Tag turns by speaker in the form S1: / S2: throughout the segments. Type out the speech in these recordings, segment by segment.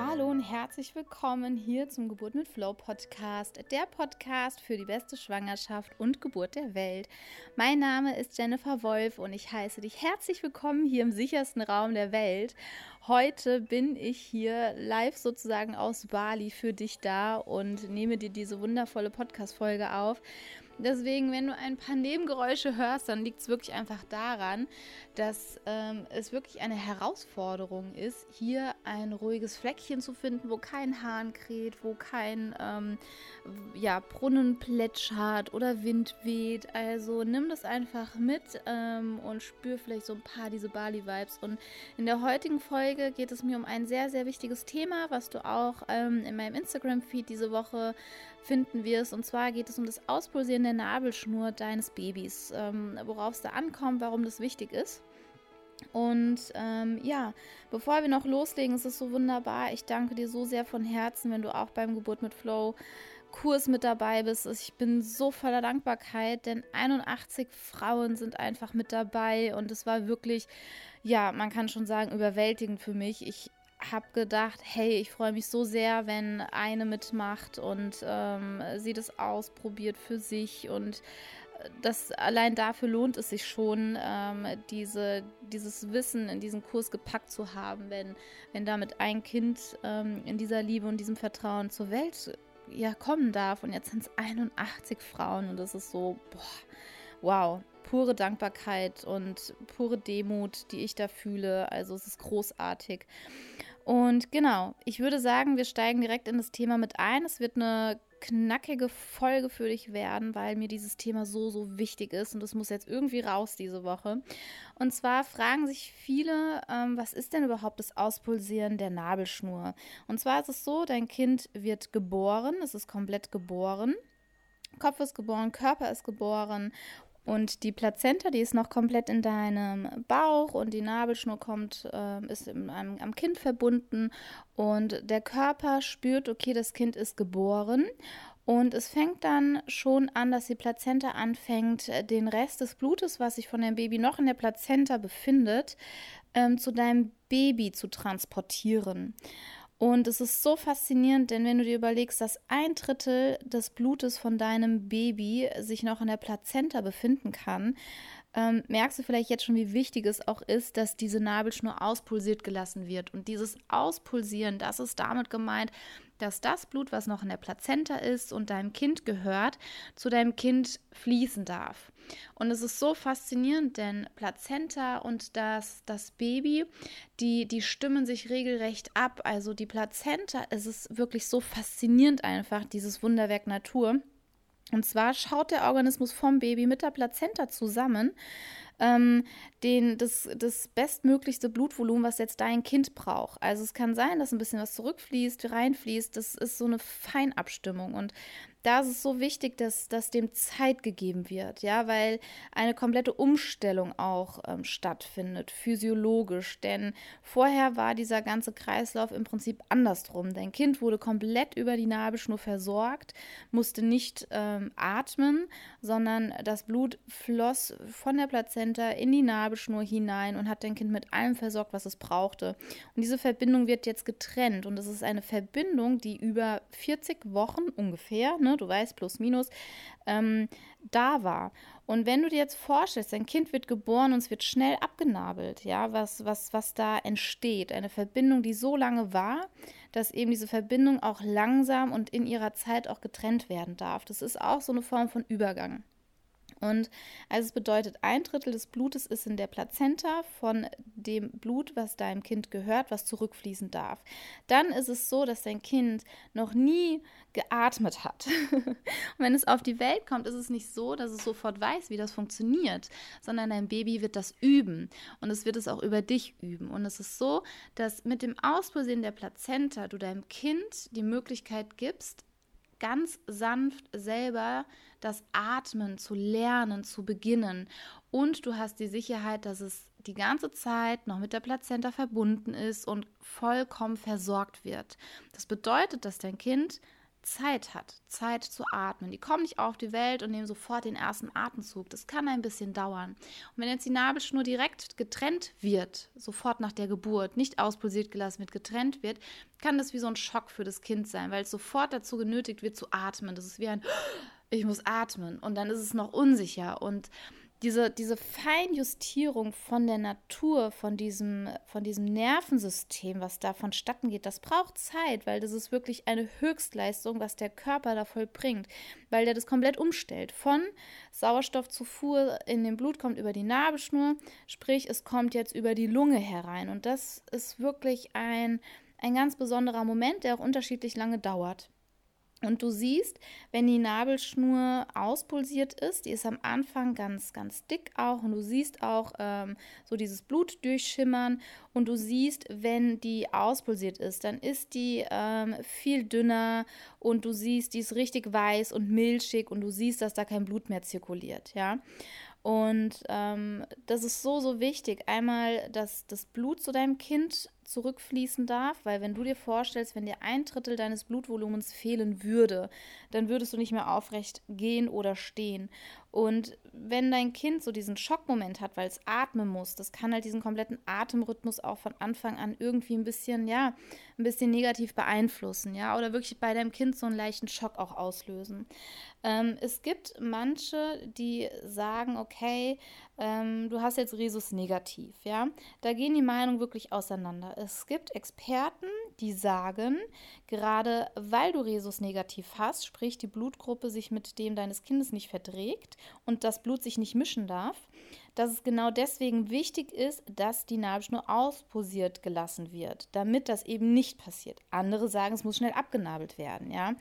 S1: Hallo und herzlich willkommen hier zum Geburt mit Flow Podcast, der Podcast für die beste Schwangerschaft und Geburt der Welt. Mein Name ist Jennifer Wolf und ich heiße dich herzlich willkommen hier im sichersten Raum der Welt. Heute bin ich hier live sozusagen aus Bali für dich da und nehme dir diese wundervolle Podcast-Folge auf. Deswegen, wenn du ein paar Nebengeräusche hörst, dann liegt es wirklich einfach daran, dass es wirklich eine Herausforderung ist, hier ein ruhiges Fleckchen zu finden, wo kein Hahn kräht, wo kein Brunnen plätschert oder Wind weht. Also nimm das einfach mit und spür vielleicht so ein paar diese Bali-Vibes. Und in der heutigen Folge geht es mir um ein sehr, sehr wichtiges Thema, was du auch in meinem Instagram-Feed diese Woche finden wirst. Und zwar geht es um das Auspulsieren der Nabelschnur deines Babys, worauf es da ankommt, warum das wichtig ist. Und bevor wir noch loslegen, ist es so wunderbar. Ich danke dir so sehr von Herzen, wenn du auch beim Geburt mit Flow Kurs mit dabei bist. Ich bin so voller Dankbarkeit, denn 81 Frauen sind einfach mit dabei und es war wirklich, man kann schon sagen, überwältigend für mich. Ich habe gedacht, hey, ich freue mich so sehr, wenn eine mitmacht und sie das ausprobiert für sich und das allein dafür lohnt es sich schon, dieses Wissen in diesen Kurs gepackt zu haben, wenn damit ein Kind in dieser Liebe und diesem Vertrauen zur Welt kommen darf. Und jetzt sind es 81 Frauen und das ist so, wow, pure Dankbarkeit und pure Demut, die ich da fühle. Also es ist großartig. Und genau, ich würde sagen, wir steigen direkt in das Thema mit ein. Es wird eine knackige Folge für dich werden, weil mir dieses Thema so, so wichtig ist und das muss jetzt irgendwie raus diese Woche. Und zwar fragen sich viele, was ist denn überhaupt das Auspulsieren der Nabelschnur? Und zwar ist es so, dein Kind wird geboren, es ist komplett geboren, Kopf ist geboren, Körper ist geboren. Und die Plazenta, die ist noch komplett in deinem Bauch und die Nabelschnur ist am Kind verbunden und der Körper spürt, okay, das Kind ist geboren und es fängt dann schon an, dass die Plazenta anfängt, den Rest des Blutes, was sich von dem Baby noch in der Plazenta befindet, zu deinem Baby zu transportieren. Und es ist so faszinierend, denn wenn du dir überlegst, dass 1/3 des Blutes von deinem Baby sich noch in der Plazenta befinden kann, merkst du vielleicht jetzt schon, wie wichtig es auch ist, dass diese Nabelschnur auspulsiert gelassen wird. Und dieses Auspulsieren, das ist damit gemeint, dass das Blut, was noch in der Plazenta ist und deinem Kind gehört, zu deinem Kind fließen darf. Und es ist so faszinierend, denn Plazenta und das Baby, die stimmen sich regelrecht ab. Also die Plazenta, es ist wirklich so faszinierend einfach, dieses Wunderwerk Natur. Und zwar schaut der Organismus vom Baby mit der Plazenta zusammen das bestmöglichste Blutvolumen, was jetzt dein Kind braucht. Also es kann sein, dass ein bisschen was zurückfließt, reinfließt. Das ist so eine Feinabstimmung. Und da ist es so wichtig, dass dem Zeit gegeben wird, weil eine komplette Umstellung auch stattfindet, physiologisch. Denn vorher war dieser ganze Kreislauf im Prinzip andersrum. Dein Kind wurde komplett über die Nabelschnur versorgt, musste nicht atmen, sondern das Blut floss von der Plazenta in die Nabelschnur hinein und hat dein Kind mit allem versorgt, was es brauchte. Und diese Verbindung wird jetzt getrennt und es ist eine Verbindung, die über 40 Wochen ungefähr, du weißt, plus minus, da war. Und wenn du dir jetzt vorstellst, dein Kind wird geboren und es wird schnell abgenabelt, was da entsteht, eine Verbindung, die so lange war, dass eben diese Verbindung auch langsam und in ihrer Zeit auch getrennt werden darf. Das ist auch so eine Form von Übergang. Und also es bedeutet, 1/3 des Blutes ist in der Plazenta von dem Blut, was deinem Kind gehört, was zurückfließen darf. Dann ist es so, dass dein Kind noch nie geatmet hat. Und wenn es auf die Welt kommt, ist es nicht so, dass es sofort weiß, wie das funktioniert, sondern dein Baby wird das üben und es wird es auch über dich üben. Und es ist so, dass mit dem Auspulsieren der Plazenta du deinem Kind die Möglichkeit gibst, ganz sanft selber das Atmen zu lernen, zu beginnen. Und du hast die Sicherheit, dass es die ganze Zeit noch mit der Plazenta verbunden ist und vollkommen versorgt wird. Das bedeutet, dass dein Kind Zeit hat, Zeit zu atmen. Die kommen nicht auf die Welt und nehmen sofort den ersten Atemzug. Das kann ein bisschen dauern. Und wenn jetzt die Nabelschnur direkt getrennt wird, sofort nach der Geburt, nicht auspulsiert gelassen wird, getrennt wird, kann das wie so ein Schock für das Kind sein, weil es sofort dazu genötigt wird zu atmen. Das ist wie ein, ich muss atmen, und dann ist es noch unsicher. Und diese Feinjustierung von der Natur, von diesem Nervensystem, was da vonstatten geht, das braucht Zeit, weil das ist wirklich eine Höchstleistung, was der Körper da vollbringt, weil der das komplett umstellt. Von Sauerstoffzufuhr in den Blut kommt über die Nabelschnur, sprich, es kommt jetzt über die Lunge herein. Und das ist wirklich ein ganz besonderer Moment, der auch unterschiedlich lange dauert. Und du siehst, wenn die Nabelschnur auspulsiert ist, die ist am Anfang ganz, ganz dick auch, und du siehst auch so dieses Blut durchschimmern, und du siehst, wenn die auspulsiert ist, dann ist die viel dünner, und du siehst, die ist richtig weiß und milchig, und du siehst, dass da kein Blut mehr zirkuliert, ja. Und das ist so, so wichtig. Einmal, dass das Blut zu deinem Kind zurückfließen darf, weil wenn du dir vorstellst, wenn dir 1/3 deines Blutvolumens fehlen würde, dann würdest du nicht mehr aufrecht gehen oder stehen. Und wenn dein Kind so diesen Schockmoment hat, weil es atmen muss, das kann halt diesen kompletten Atemrhythmus auch von Anfang an irgendwie ein bisschen negativ beeinflussen, ja, oder wirklich bei deinem Kind so einen leichten Schock auch auslösen. Es gibt manche, die sagen, okay, du hast jetzt Rhesus negativ, ja. Da gehen die Meinungen wirklich auseinander. Es gibt Experten, die sagen, gerade weil du Rhesus negativ hast, sprich die Blutgruppe sich mit dem deines Kindes nicht verträgt und das Blut sich nicht mischen darf, dass es genau deswegen wichtig ist, dass die Nabelschnur auspulsiert gelassen wird, damit das eben nicht passiert. Andere sagen, es muss schnell abgenabelt werden, ja.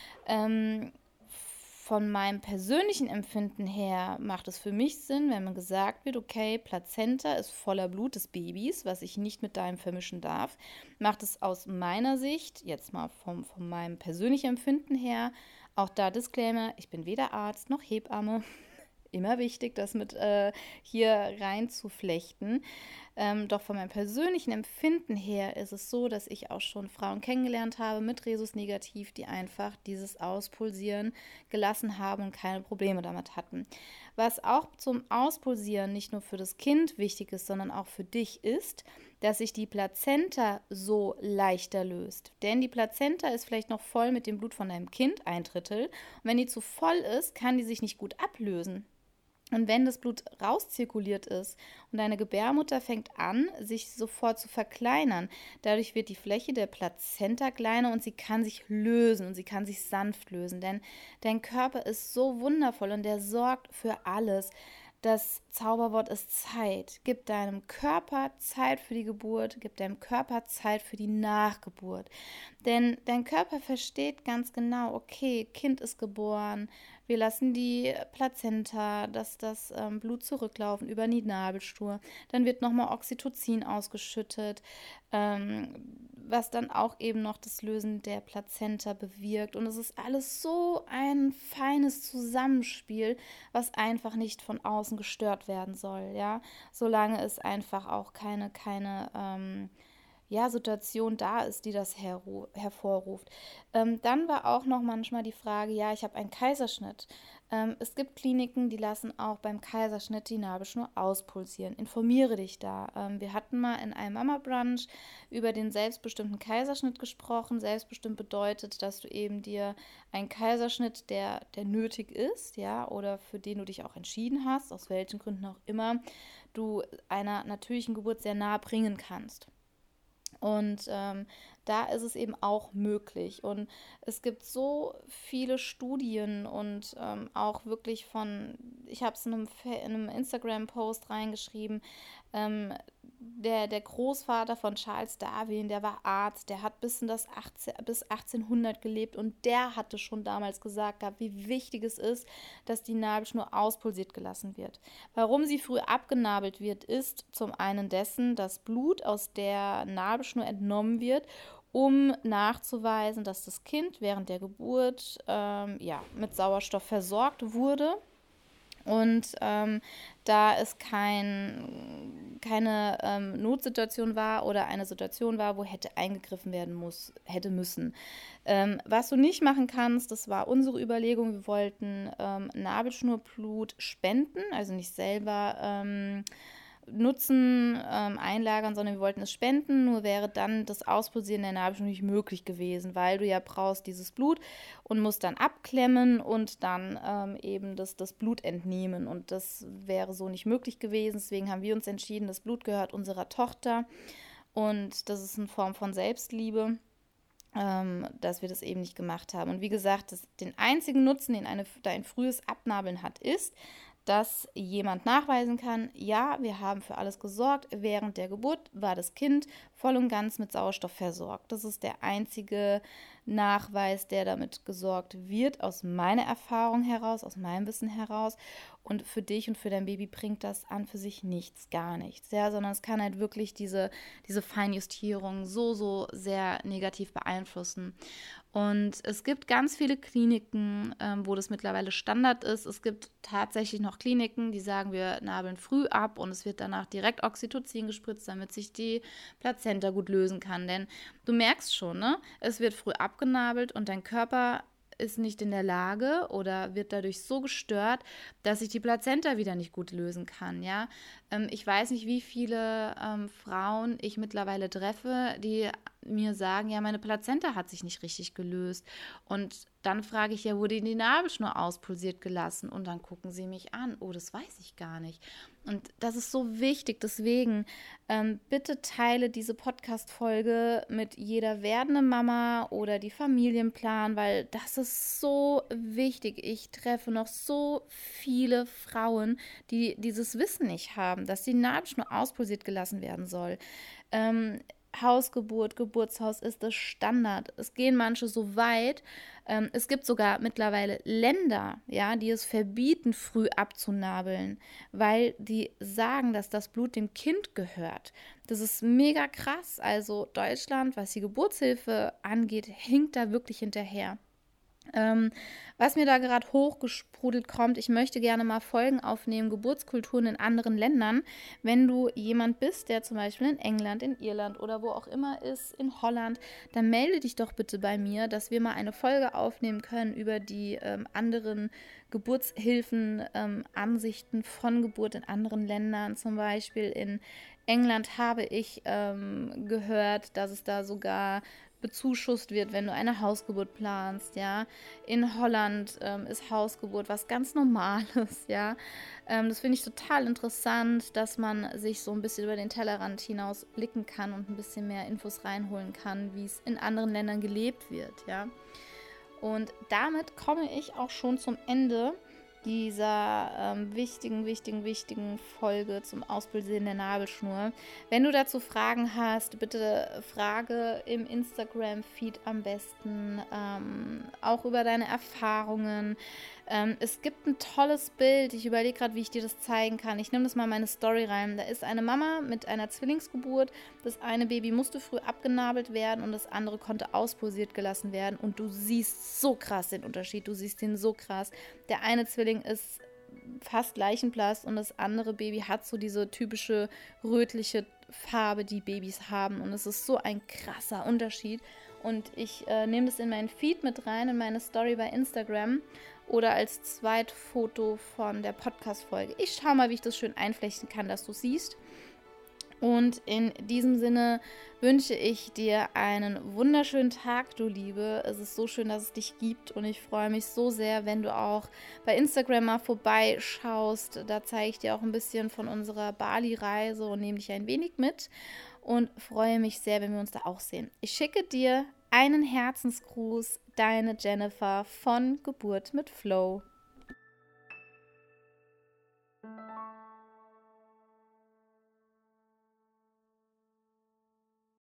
S1: Von meinem persönlichen Empfinden her macht es für mich Sinn, wenn mir gesagt wird, okay, Plazenta ist voller Blut des Babys, was ich nicht mit deinem vermischen darf, macht es aus meiner Sicht, jetzt mal von meinem persönlichen Empfinden her, auch da Disclaimer, ich bin weder Arzt noch Hebamme, immer wichtig, das mit hier rein zu flechten. Doch von meinem persönlichen Empfinden her ist es so, dass ich auch schon Frauen kennengelernt habe mit Rhesus negativ, die einfach dieses Auspulsieren gelassen haben und keine Probleme damit hatten. Was auch zum Auspulsieren nicht nur für das Kind wichtig ist, sondern auch für dich ist, dass sich die Plazenta so leichter löst. Denn die Plazenta ist vielleicht noch voll mit dem Blut von deinem Kind, 1/3. Und wenn die zu voll ist, kann die sich nicht gut ablösen. Und wenn das Blut rauszirkuliert ist und deine Gebärmutter fängt an, sich sofort zu verkleinern, dadurch wird die Fläche der Plazenta kleiner und sie kann sich lösen und sie kann sich sanft lösen. Denn dein Körper ist so wundervoll und der sorgt für alles. Das Zauberwort ist Zeit. Gib deinem Körper Zeit für die Geburt, gib deinem Körper Zeit für die Nachgeburt. Denn dein Körper versteht ganz genau, okay, Kind ist geboren, wir lassen die Plazenta, das Blut zurücklaufen über die Nabelschnur. Dann wird nochmal Oxytocin ausgeschüttet, was dann auch eben noch das Lösen der Plazenta bewirkt. Und es ist alles so ein feines Zusammenspiel, was einfach nicht von außen gestört werden soll, ja. Solange es einfach auch keine Situation da ist, die das hervorruft. Dann war auch noch manchmal die Frage, ja, ich habe einen Kaiserschnitt. Es gibt Kliniken, die lassen auch beim Kaiserschnitt die Nabelschnur auspulsieren. Informiere dich da. Wir hatten mal in einem Mama-Brunch über den selbstbestimmten Kaiserschnitt gesprochen. Selbstbestimmt bedeutet, dass du eben dir einen Kaiserschnitt, der nötig ist, ja, oder für den du dich auch entschieden hast, aus welchen Gründen auch immer, du einer natürlichen Geburt sehr nahe bringen kannst. Und da ist es eben auch möglich. Und es gibt so viele Studien und auch wirklich ich habe es in einem Instagram-Post reingeschrieben, der Großvater von Charles Darwin, der war Arzt, der hat bis 1800 gelebt und der hatte schon damals gesagt, wie wichtig es ist, dass die Nabelschnur auspulsiert gelassen wird. Warum sie früh abgenabelt wird, ist zum einen dessen, dass Blut aus der Nabelschnur entnommen wird, um nachzuweisen, dass das Kind während der Geburt mit Sauerstoff versorgt wurde. Und da es keine Notsituation war oder eine Situation war, wo hätte eingegriffen werden hätte müssen. Was du nicht machen kannst, das war unsere Überlegung, wir wollten Nabelschnurblut spenden, also nicht selber nutzen, einlagern, sondern wir wollten es spenden, nur wäre dann das Auspulsieren der Nabelschnur nicht möglich gewesen, weil du ja brauchst dieses Blut und musst dann abklemmen und dann eben das Blut entnehmen und das wäre so nicht möglich gewesen, deswegen haben wir uns entschieden, das Blut gehört unserer Tochter und das ist eine Form von Selbstliebe, dass wir das eben nicht gemacht haben. Und wie gesagt, den einzigen Nutzen, den ein frühes Abnabeln hat, ist, dass jemand nachweisen kann, ja, wir haben für alles gesorgt. Während der Geburt war das Kind voll und ganz mit Sauerstoff versorgt. Das ist der einzige Nachweis, der damit gesorgt wird, aus meiner Erfahrung heraus, aus meinem Wissen heraus. Und für dich und für dein Baby bringt das an für sich nichts, gar nichts, ja, sondern es kann halt wirklich diese Feinjustierung so sehr negativ beeinflussen. Und es gibt ganz viele Kliniken, wo das mittlerweile Standard ist. Es gibt tatsächlich noch Kliniken, die sagen, wir nabeln früh ab und es wird danach direkt Oxytocin gespritzt, damit sich die Plazenta gut lösen kann. Denn du merkst schon, ne? Es wird früh abgenabelt und dein Körper ist nicht in der Lage oder wird dadurch so gestört, dass sich die Plazenta wieder nicht gut lösen kann, ja. Ich weiß nicht, wie viele Frauen ich mittlerweile treffe, die mir sagen, ja, meine Plazenta hat sich nicht richtig gelöst. Und dann frage ich ja, wurde die Nabelschnur auspulsiert gelassen? Und dann gucken sie mich an, oh, das weiß ich gar nicht. Und das ist so wichtig, deswegen bitte teile diese Podcast-Folge mit jeder werdenden Mama oder die Familienplan, weil das ist so wichtig. Ich treffe noch so viele Frauen, die dieses Wissen nicht haben, dass die Nabelschnur auspulsiert gelassen werden soll. Hausgeburt, Geburtshaus ist das Standard. Es gehen manche so weit. Es gibt sogar mittlerweile Länder, ja, die es verbieten, früh abzunabeln, weil die sagen, dass das Blut dem Kind gehört. Das ist mega krass. Also Deutschland, was die Geburtshilfe angeht, hinkt da wirklich hinterher. Was mir da gerade hochgesprudelt kommt, ich möchte gerne mal Folgen aufnehmen, Geburtskulturen in anderen Ländern. Wenn du jemand bist, der zum Beispiel in England, in Irland oder wo auch immer ist, in Holland, dann melde dich doch bitte bei mir, dass wir mal eine Folge aufnehmen können über die anderen Geburtshilfen, Ansichten von Geburt in anderen Ländern. Zum Beispiel in England habe ich gehört, dass es da sogar bezuschusst wird, wenn du eine Hausgeburt planst, ja. In Holland ist Hausgeburt was ganz Normales, ja. Das finde ich total interessant, dass man sich so ein bisschen über den Tellerrand hinaus blicken kann und ein bisschen mehr Infos reinholen kann, wie es in anderen Ländern gelebt wird, ja. Und damit komme ich auch schon zum Ende dieser wichtigen Folge zum Auspulsieren der Nabelschnur. Wenn du dazu Fragen hast, bitte frage im Instagram-Feed am besten, auch über deine Erfahrungen. Es gibt ein tolles Bild, ich überlege gerade, wie ich dir das zeigen kann. Ich nehme das mal in meine Story rein. Da ist eine Mama mit einer Zwillingsgeburt. Das eine Baby musste früh abgenabelt werden und das andere konnte auspulsiert gelassen werden. Und du siehst so krass den Unterschied, du siehst den so krass. Der eine Zwilling ist fast leichenblass und das andere Baby hat so diese typische rötliche Farbe, die Babys haben. Und es ist so ein krasser Unterschied. Und ich nehme das in meinen Feed mit rein, in meine Story bei Instagram oder als Zweitfoto von der Podcast-Folge. Ich schaue mal, wie ich das schön einflechten kann, dass du siehst. Und in diesem Sinne wünsche ich dir einen wunderschönen Tag, du Liebe. Es ist so schön, dass es dich gibt und ich freue mich so sehr, wenn du auch bei Instagram mal vorbeischaust. Da zeige ich dir auch ein bisschen von unserer Bali-Reise und nehme dich ein wenig mit und freue mich sehr, wenn wir uns da auch sehen. Ich schicke dir einen Herzensgruß, deine Jennifer von Geburt mit Flow.